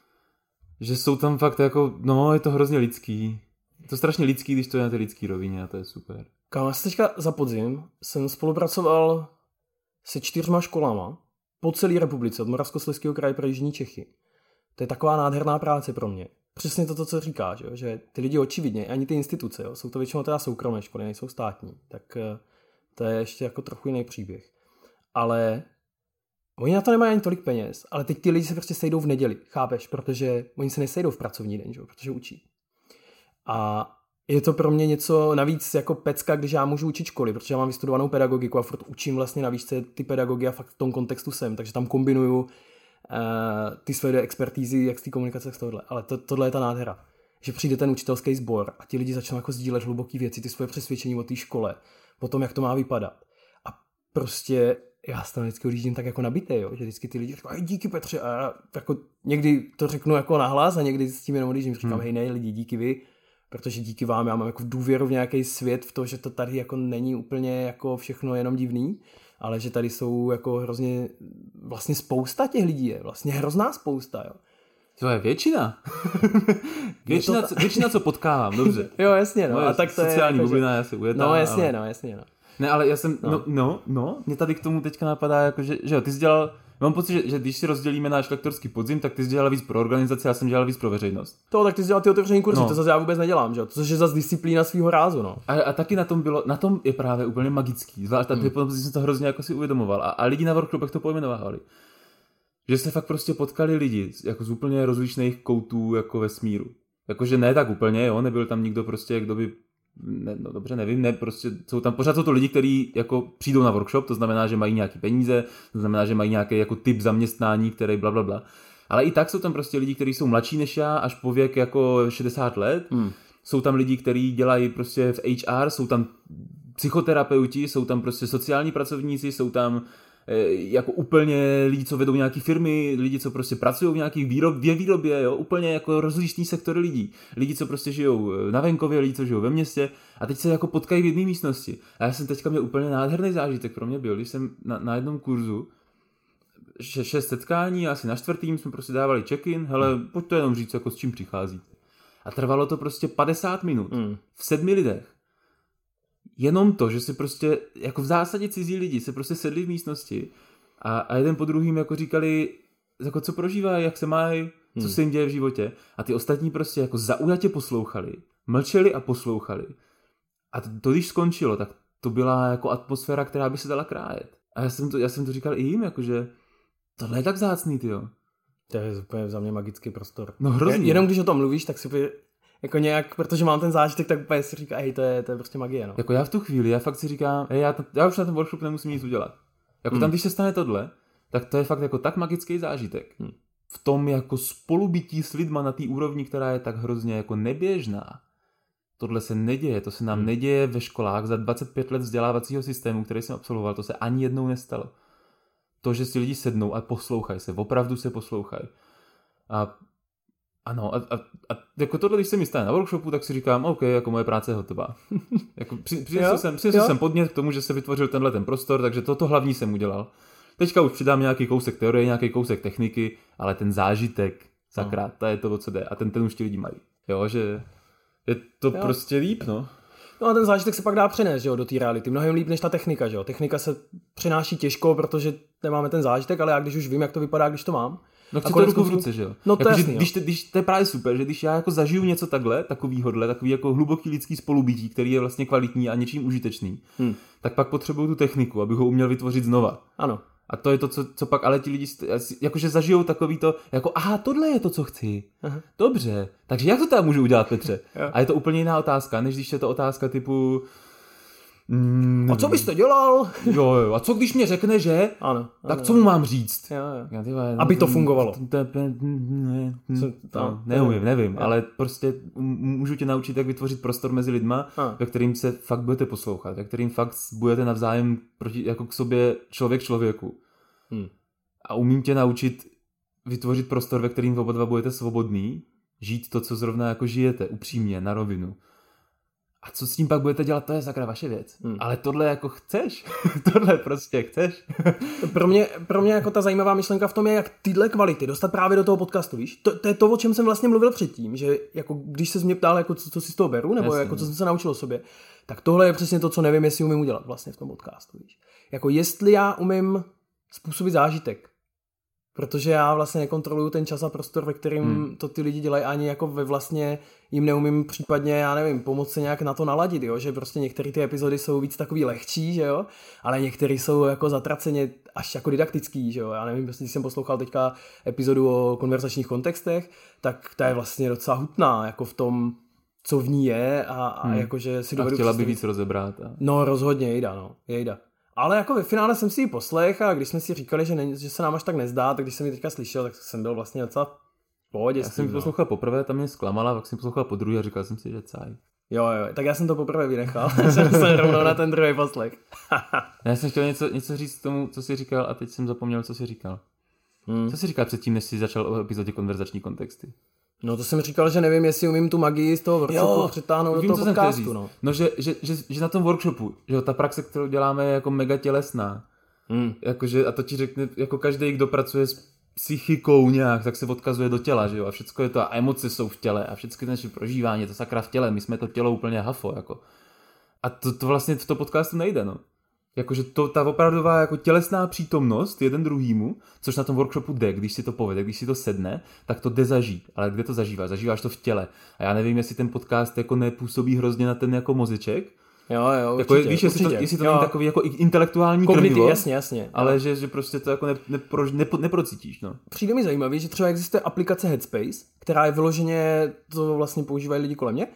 jsou tam fakt jako, no je to hrozně lidský. Je to strašně lidský, když to je na té lidský rovině a to je super.
Kámo, teďka za podzim jsem spolupracoval se 4 školama po celé republice, od Moravskoslezského kraje pro jižní Čechy. To je taková nádherná práce pro mě. Přesně to, co říkáš, jo? Že ty lidi očividně, ani ty instituce, jo? Jsou to většinou teda soukromé školy, nejsou státní, tak to je ještě jako trochu jiný příběh. Ale oni na to nemají ani tolik peněz, ale teď ty lidi se prostě sejdou v neděli, chápeš? Protože oni se nesejdou v pracovní den, jo? Protože učí. A je to pro mě něco navíc jako pecka, když já můžu učit školy, protože já mám vystudovanou pedagogiku a furt učím vlastně navíc ty pedagogy a fakt v tom kontextu jsem, takže tam kombinuju ty své expertízy, jak z té komunikace z tohohle. Ale tohle je ta nádhera. Že přijde ten učitelský sbor a ti lidi začnou jako sdílet hluboký věci, ty svoje přesvědčení o té škole, o tom, jak to má vypadat. A prostě já z toho vždycky odjíždím tak jako nabitý, jo? Že vždycky ty lidi říkají, díky Petře, a já jako někdy to řeknu jako nahlas a někdy s tím jenom odjíždím, říkám, hej ne, lidi, díky vy, protože díky vám já mám jako důvěru v nějaký svět, v to, že to tady jako není úplně jako všechno jenom divný, ale že tady jsou jako hrozně, vlastně spousta těch lidí je, vlastně hrozná spousta, jo.
To je většina. většina, co potkávám, dobře.
Jo, jasně, no. A tak to
sociální
je
bublina, já si ujetám.
No, jasně, ale... no.
Ne, ale já jsem, mě tady k tomu teďka napadá, jako, že jo, ty jsi dělal, mám pocit, že když si rozdělíme náš lektorský podzim, tak ty jsi dělal víc pro organizaci, já jsem dělal víc pro veřejnost.
Tak ty jsi dělal ty otevřený kurzy, to zase já vůbec nedělám, že? Což je zase disciplína svýho rázu, no.
A taky na tom je právě úplně magický, zvlášť tady potom jsem to hrozně jako si uvědomoval a lidi na workshopech to pojmenovali. Že se fakt prostě potkali lidi jako z úplně rozličných koutů jako vesmíru. Jakože ne tak úplně, jo, nebyl tam nikdo prostě, kdo by no dobře, nevím, ne, prostě pořád jsou to lidi, kteří jako přijdou na workshop, to znamená, že mají nějaký peníze, to znamená, že mají nějaký jako typ zaměstnání, který blablabla. Ale i tak jsou tam prostě lidi, kteří jsou mladší než já, až po věk jako 60 let. Jsou tam lidi, kteří dělají prostě v HR, jsou tam psychoterapeuti, jsou tam prostě sociální pracovníci, jsou tam jako úplně lidi, co vedou nějaké firmy, lidi, co prostě pracují v nějakých výrobě, jo, úplně jako rozlišný sektory lidí. Lidi, co prostě žijou na venkově, lidi, co žijou ve městě a teď se jako potkají v jedné místnosti. A já jsem teďka měl úplně nádherný zážitek pro mě byl, když jsem na jednom kurzu 6 setkání, asi na 4. jsme prostě dávali check-in, hele, pojď to jenom říct, jako s čím přichází. A trvalo to prostě 50 minut v 7 lidech. Jenom to, že se prostě, jako v zásadě cizí lidi se prostě sedli v místnosti a jeden po druhým jako říkali, jako co prožívají, jak se mají, co se jim děje v životě. A ty ostatní prostě jako zaujatě poslouchali, mlčeli a poslouchali. A to když skončilo, tak to byla jako atmosféra, která by se dala krájet. A já jsem to říkal i jim, jakože tohle je tak vzácný, tyjo.
To je úplně za mě magický prostor.
No hrozně.
Jenom když o tom mluvíš, tak si jako nějak, protože mám ten zážitek, tak úplně si říká, hej, to je prostě magie, no.
Jako já v tu chvíli, já fakt si říkám, hej, já už na ten workshop nemusím nic udělat. Jako tam, když se stane tohle, tak to je fakt jako tak magický zážitek. V tom jako spolubytí s lidma na té úrovni, která je tak hrozně jako neběžná. Tohle se neděje, to se nám neděje ve školách za 25 let vzdělávacího systému, který jsem absolvoval, to se ani jednou nestalo. To, že si lidi sednou a poslouchají se, opravdu se poslouchají. A jako tohle, když se mi stane na workshopu, tak si říkám, OK, jako moje práce je hotová. Jako přinesl jsem podnět k tomu, že se vytvořil tenhle ten prostor, takže to hlavní jsem udělal. Teďka už přidám nějaký kousek teorie, nějaký kousek techniky, ale ten zážitek, sakra, to je to, o co jde. A ten už ti lidi mají. Jo, že je to prostě líp, no.
No a ten zážitek se pak dá přenést, že jo, do té reality. Mnohem líp než ta technika, že jo. Technika se přináší těžko, protože nemáme ten zážitek, ale já když už vím, jak to vypadá, když to mám.
No chci to ruku v ruce, že jo.
No to
jako,
jasný,
když to je právě super, že když já jako zažiju něco takhle, takový jako hluboký lidský spolubytí, který je vlastně kvalitní a něčím užitečný, tak pak potřebuju tu techniku, abych ho uměl vytvořit znova.
Ano.
A to je to, co pak ale ti lidi jakože zažijou takový to, jako aha, tohle je to, co chci. Aha. Dobře, takže jak to tam můžu udělat, Petře? A je to úplně jiná otázka, než když je to otázka typu
a co bys to dělal?
Jo, a co když mě řekne, že?
Ano.
Tak co mu mám říct?
Jo. Aby to fungovalo.
Nevím, ale prostě můžu tě naučit, jak vytvořit prostor mezi lidma, ve kterým se fakt budete poslouchat, ve kterým fakt budete navzájem jako k sobě člověk člověku. A umím tě naučit vytvořit prostor, ve kterým oba dva budete svobodný, žít to, co zrovna jako žijete, upřímně, na rovinu. A co s tím pak budete dělat, to je sakra vaše věc. Ale tohle jako chceš. Tohle prostě chceš.
Pro mě jako ta zajímavá myšlenka v tom je, jak tyhle kvality dostat právě do toho podcastu, víš? To je to, o čem jsem vlastně mluvil předtím, že jako když se mě ptal, jako co si z toho beru, nebo jako co jsem se naučil o sobě, tak tohle je přesně to, co nevím, jestli umím udělat vlastně v tom podcastu, víš? Jako jestli já umím způsobit zážitek, protože já vlastně nekontroluju ten čas a prostor, ve kterým to ty lidi dělají, ani jako vlastně jim neumím případně, já nevím, pomoct se nějak na to naladit, jo? Že prostě některé ty epizody jsou víc takový lehčí, že jo, ale některé jsou jako zatraceně až jako didaktický, že jo, já nevím, když jsem poslouchal teďka epizodu o konverzačních kontextech, tak ta je vlastně docela hutná, jako v tom, co v ní je a jakože si dovedu
chtěla by víc rozebrat.
No rozhodně, jejda. Ale jako ve finále jsem si ji poslech a když jsme si říkali, že se nám až tak nezdá, tak když jsem ji teďka slyšel, tak jsem byl vlastně docela v pohodě.
Já jsem ji poslouchal poprvé, tam mě zklamala, pak jsem poslouchal po druhé a říkal jsem si, že caj.
Jo, tak já jsem to poprvé vynechal, že jsem rovnou na ten druhý poslech.
Já jsem chtěl něco říct k tomu, co jsi říkal a teď jsem zapomněl, co jsi říkal. Co jsi říkal předtím, než jsi začal o epizodě konverzační kontexty?
No to jsem říkal, že nevím, jestli umím tu magii z toho workshopu přetáhnout do toho podcastu. No.
No, že na tom workshopu, že ta praxe, kterou děláme, je jako mega tělesná. Jakože, a to ti řekne, jako každý, kdo pracuje s psychikou nějak, tak se odkazuje do těla, že jo, a všecko je to, a emoce jsou v těle, a všechny naše prožívání, je to sakra v těle, my jsme to tělo úplně hafo, jako. A to vlastně v tom podcastu nejde, no. Jakože ta opravdová jako tělesná přítomnost jeden druhýmu, což na tom workshopu jde, když si to povede, když si to sedne, tak to jde zažít. Ale kde to zažíváš? Zažíváš to v těle. A já nevím, jestli ten podcast jako nepůsobí hrozně na ten jako mozeček.
Jo,
jako
určitě,
víš, jestli to není takový jako intelektuální krmivo,
jasně.
Ale že prostě to jako neprocítíš, no.
Přijde mi zajímavý, že třeba existuje aplikace Headspace, která je vyloženě, to vlastně používají lidi kolem mě,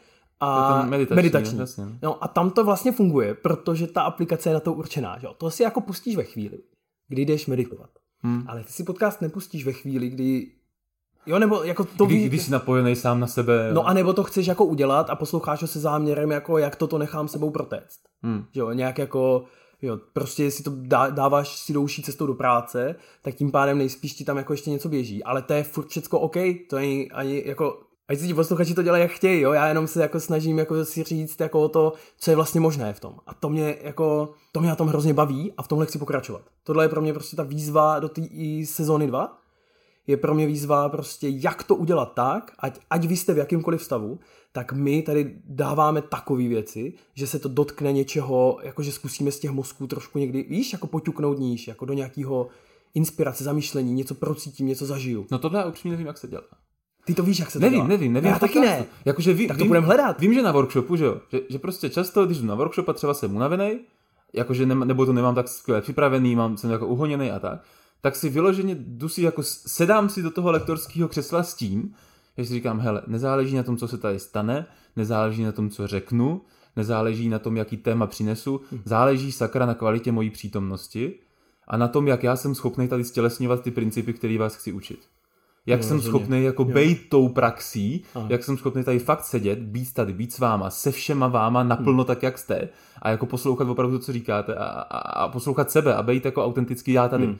a meditační.
Jasně.
No a tam to vlastně funguje, protože ta aplikace je na to určená. Že? To si jako pustíš ve chvíli, kdy jdeš meditovat. Ale ty si podcast nepustíš ve chvíli, kdy... Jo, nebo jako to
když jsi napojený sám na sebe.
No a nebo to chceš jako udělat a posloucháš ho se záměrem, jako jak to nechám sebou protéct. Že jo, nějak jako... Jo, prostě jestli to dáváš si douší cestou do práce, tak tím pádem nejspíš ti tam jako ještě něco běží. Ale to je furt všecko OK, to není ani jako... Ať si ti posluchači to dělají jak chtějí, jo? Já jenom se jako snažím jako si říct jako to, co je vlastně možné v tom. A to mě na tom hrozně baví a v tomhle chci pokračovat. Tohle je pro mě prostě ta výzva do té sezóny 2. Je pro mě výzva prostě, jak to udělat tak, ať vy jste v jakýmkoliv stavu, tak my tady dáváme takové věci, že se to dotkne něčeho, jakože zkusíme z těch mozků trošku někdy, víš, jako poťuknout níž, jako do nějakého inspirace, zamýšlení, něco procítím, něco zažiju.
No tohle já upřímně nevím, jak se dělá.
Ty to víš, jak se to dělá?
Nevím.
Já taky ne.
Jakože
tak to budeme hledat.
Vím, že na workshopu, že jo, že prostě často, když jdu na workshop a třeba jsem unavený, jakože nebo to nemám tak skvěle připravený, jsem jako uhoněný a tak si vyloženě sedám si do toho lektorského křesla s tím, že si říkám, hele, nezáleží na tom, co se tady stane, nezáleží na tom, co řeknu, nezáleží na tom, jaký téma přinesu, záleží sakra na kvalitě mojí přítomnosti a na tom, jak já jsem schopný tady stělesňovat ty principy, které vás chci učit. Jak jsem schopný jako bejt tou praxí, jak jsem schopný tady fakt sedět, být s váma, se všema váma naplno tak, jak jste a jako poslouchat opravdu to, co říkáte a poslouchat sebe a bejt jako autentický já tady.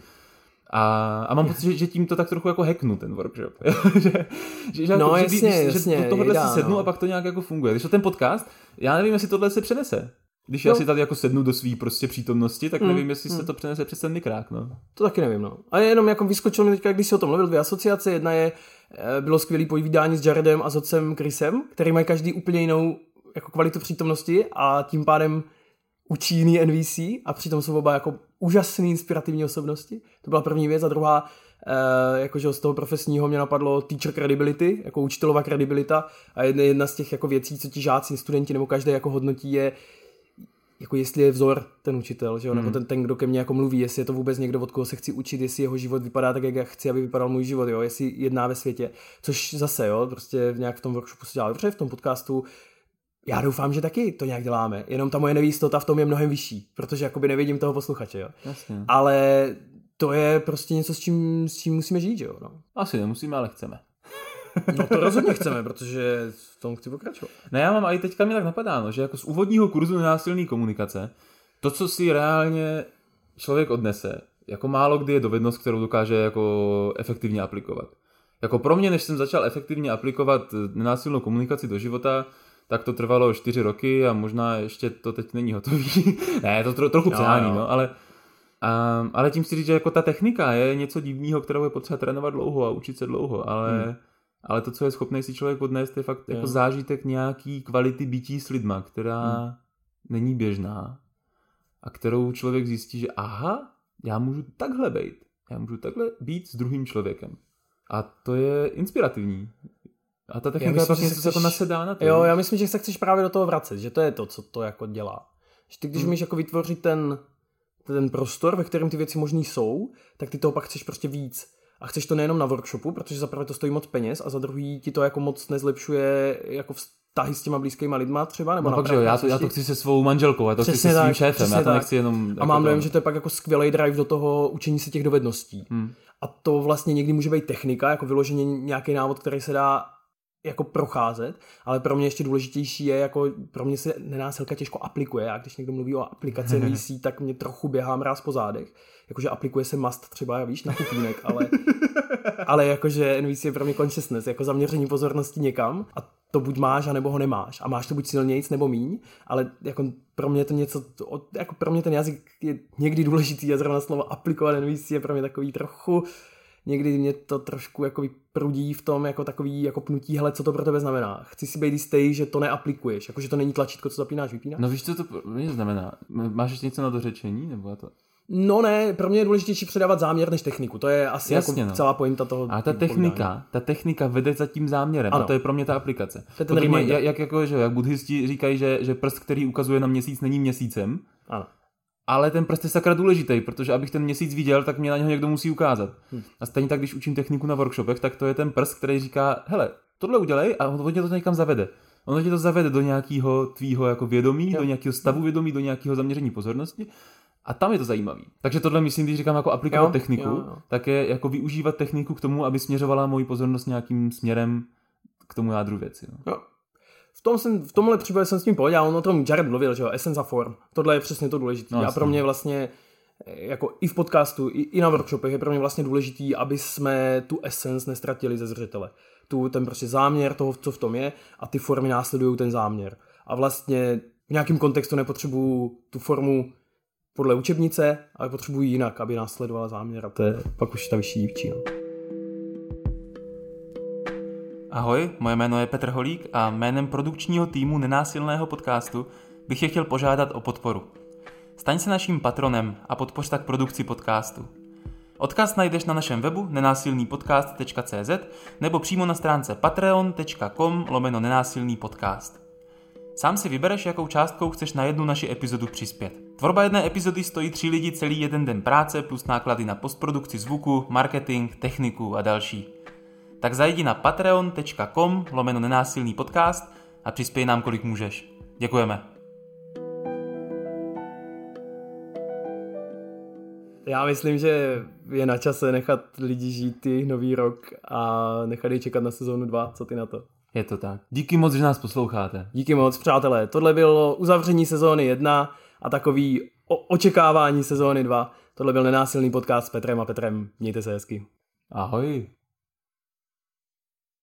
A mám pocit, že tím to tak trochu jako hacknu ten workshop. že do tohohle si sednu a pak to nějak jako funguje. Když to ten podcast, já nevím, jestli tohle se přenese. Když já si tady jako sednu do svý prostě přítomnosti, tak nevím, jestli se to přenese přes ten mikrák, no.
To taky nevím, no. A jenom jako vyskočil mi teďka, když jsi o tom mluvil, 2 asociace. Jedna bylo skvělý povídání s Jaredem a s otcem Chrisem, který mají každý úplně jinou jako kvalitu přítomnosti a tím pádem učí jiný NVC a přitom jsou oba jako úžasný inspirativní osobnosti. To byla první věc a druhá, jakože z toho profesního mě napadlo teacher credibility, jako učitelová kredibilita a jedna z těch jako věcí, co ti žáci, studenti nebo každý jako hodnotí je, jako jestli je vzor ten učitel, že jo? Nebo ten, kdo ke mně jako mluví, jestli je to vůbec někdo, od koho se chci učit, jestli jeho život vypadá tak, jak já chci, aby vypadal můj život, jo? Jestli jedná ve světě, což zase, jo, prostě nějak v tom workshopu se dělá dobře, v tom podcastu. Já doufám, že taky to nějak děláme, jenom ta moje nejistota v tom je mnohem vyšší, protože jakoby nevidím toho posluchače, jo.
Jasně.
Ale to je prostě něco, s čím musíme žít, jo. No.
Asi nemusíme, ale chceme.
No to rozhodně chceme, protože v tom chci pokračovat.
No já mám, a i teďka mě tak napadá, no, že jako z úvodního kurzu nenásilné komunikace, to, co si reálně člověk odnese, jako málo kdy je dovednost, kterou dokáže jako efektivně aplikovat. Jako pro mě, než jsem začal efektivně aplikovat nenásilnou komunikaci do života, tak to trvalo 4 roky a možná ještě to teď není hotový. Ne, to trochu přehání, no, ale tím si říct, že jako ta technika je něco divného, kterou je potřeba trénovat dlouho a učit se dlouho, ale to, co je schopný si člověk odnést, je fakt jako zážitek nějaký kvality bytí s lidma, která není běžná a kterou člověk zjistí, že aha, já můžu takhle být s druhým člověkem. A to je inspirativní. A ta technika je pak něco, co jako nasedá na to.
Jo, já myslím, že se chceš právě do toho vracet, že to je to, co to jako dělá. Že ty, když umíš jako vytvořit ten prostor, ve kterém ty věci možný jsou, tak ty toho pak chceš prostě víc. A chceš to nejenom na workshopu, protože za prvé to stojí moc peněz a za druhý ti to jako moc nezlepšuje jako vztahy s těma blízkýma lidma třeba. Nebo
no pak, já to chci se svou manželkou, já to chci se svým šéfem, já to nechci jenom...
A mám dojem, že to je pak jako skvělý drive do toho učení se těch dovedností. A to vlastně někdy může být technika, jako vyloženě nějaký návod, který se dá jako procházet, ale pro mě ještě důležitější je, jako pro mě se nenásilka těžko aplikuje. A když někdo mluví o aplikaci NVC, tak mě trochu běhá mráz po zádech. Jakože aplikuje se must třeba, víš, na pupínek, ale jakože NVC je pro mě consciousness, jako zaměření pozornosti někam a to buď máš, anebo ho nemáš. A máš to buď silnějc, nebo míň, ale jako pro mě to něco, jako pro mě ten jazyk je někdy důležitý a zrovna slovo aplikovat NVC je pro mě takový trochu, někdy mě to trošku jako vyprudí v tom jako takový jako pnutí, hele, co to pro tebe znamená. Chci si být jistý, že to neaplikuješ, jakože to není tlačítko, co zapínáš, vypínáš.
No víš, co to mě znamená? Máš ještě něco na dořečení, nebo já to...
No ne, pro mě je důležitější předávat záměr než techniku. To je asi jasně, jako celá pointa toho.
A ta technika vede za tím záměrem. Ano. A to je pro mě ta aplikace.
To je ten
jak buddhisti říkají, že prst, který ukazuje na měsíc, není měsícem.
Ano.
Ale ten prst je sakra důležitý, protože abych ten měsíc viděl, tak mě na něho někdo musí ukázat. A stejně tak, když učím techniku na workshopech, tak to je ten prst, který říká, hele, tohle udělej a hodně to někam zavede. Ono tě to zavede do nějakého tvýho jako vědomí, do nějakého stavu vědomí, do nějakého zaměření pozornosti a tam je to zajímavý. Takže tohle myslím, když říkám jako aplikovat techniku, tak je jako využívat techniku k tomu, aby směřovala moji pozornost nějakým směrem k tomu jádru věci.
Jo. V tomhle případě jsem s tím pohodě a on o tom Jared mluvil, že jo, essence a form. Tohle je přesně to důležité. A pro mě vlastně jako i v podcastu, i na workshopech je pro mě vlastně důležitý, aby jsme tu essence nestratili ze zřetele. Ten prostě záměr toho, co v tom je a ty formy následují ten záměr. A vlastně v nějakém kontextu nepotřebuju tu formu podle učebnice, ale potřebuji jinak, aby následovala záměr a to je pak už ta vyšší dívčina.
Ahoj, moje jméno je Petr Holík a jménem produkčního týmu Nenásilného podcastu bych je chtěl požádat o podporu. Staň se naším patronem a podpoř tak produkci podcastu. Odkaz najdeš na našem webu nenásilnýpodcast.cz nebo přímo na stránce patreon.com/nenásilnýpodcast. Sám si vybereš, jakou částkou chceš na jednu naši epizodu přispět. Tvorba jedné epizody stojí 3 lidi celý jeden den práce plus náklady na postprodukci zvuku, marketing, techniku a další. Tak zajdi na patreon.com/nenásilnýpodcast a přispěj nám, kolik můžeš. Děkujeme.
Já myslím, že je na čase nechat lidi žít ty nový rok a nechat je čekat na sezónu 2. Co ty na to?
Je to tak. Díky moc, že nás posloucháte.
Díky moc, přátelé. Tohle bylo uzavření sezóny 1 a takový očekávání sezóny 2. Tohle byl Nenásilný podcast s Petrem a Petrem. Mějte se hezky.
Ahoj.